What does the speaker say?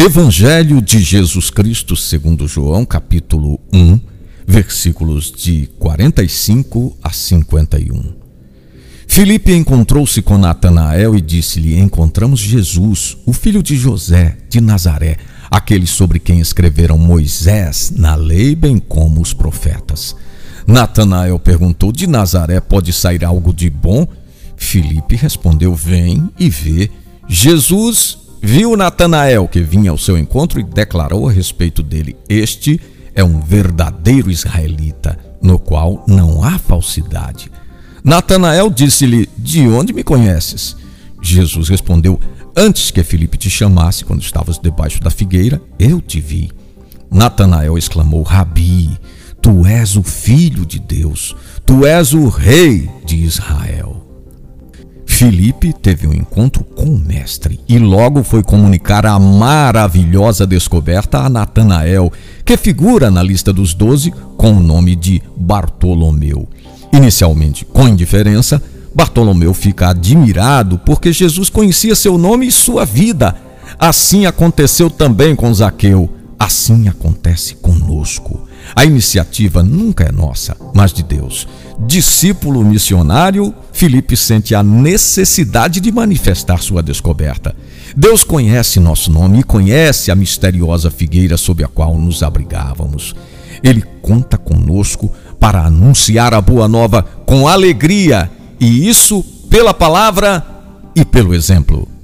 Evangelho de Jesus Cristo segundo João, capítulo 1, versículos de 45 a 51. Filipe encontrou-se com Natanael e disse-lhe: encontramos Jesus, o filho de José, de Nazaré, aquele sobre quem escreveram Moisés na lei, bem como os profetas. Natanael perguntou: de Nazaré pode sair algo de bom? Filipe respondeu: vem e vê. Jesus viu Natanael que vinha ao seu encontro e declarou a respeito dele: este é um verdadeiro israelita, no qual não há falsidade. Natanael disse-lhe: de onde me conheces? Jesus respondeu: antes que Filipe te chamasse, quando estavas debaixo da figueira, eu te vi. Natanael exclamou: Rabi, tu és o Filho de Deus, tu és o Rei de Israel. Filipe teve um encontro com o mestre e logo foi comunicar a maravilhosa descoberta a Natanael, que figura na lista dos 12 com o nome de Bartolomeu. Inicialmente, com indiferença, Bartolomeu fica admirado porque Jesus conhecia seu nome e sua vida. Assim aconteceu também com Zaqueu. Assim acontece conosco. A iniciativa nunca é nossa, mas de Deus. Discípulo missionário, Filipe sente a necessidade de manifestar sua descoberta. Deus conhece nosso nome e conhece a misteriosa figueira sob a qual nos abrigávamos. Ele conta conosco para anunciar a boa nova com alegria, e isso pela palavra e pelo exemplo.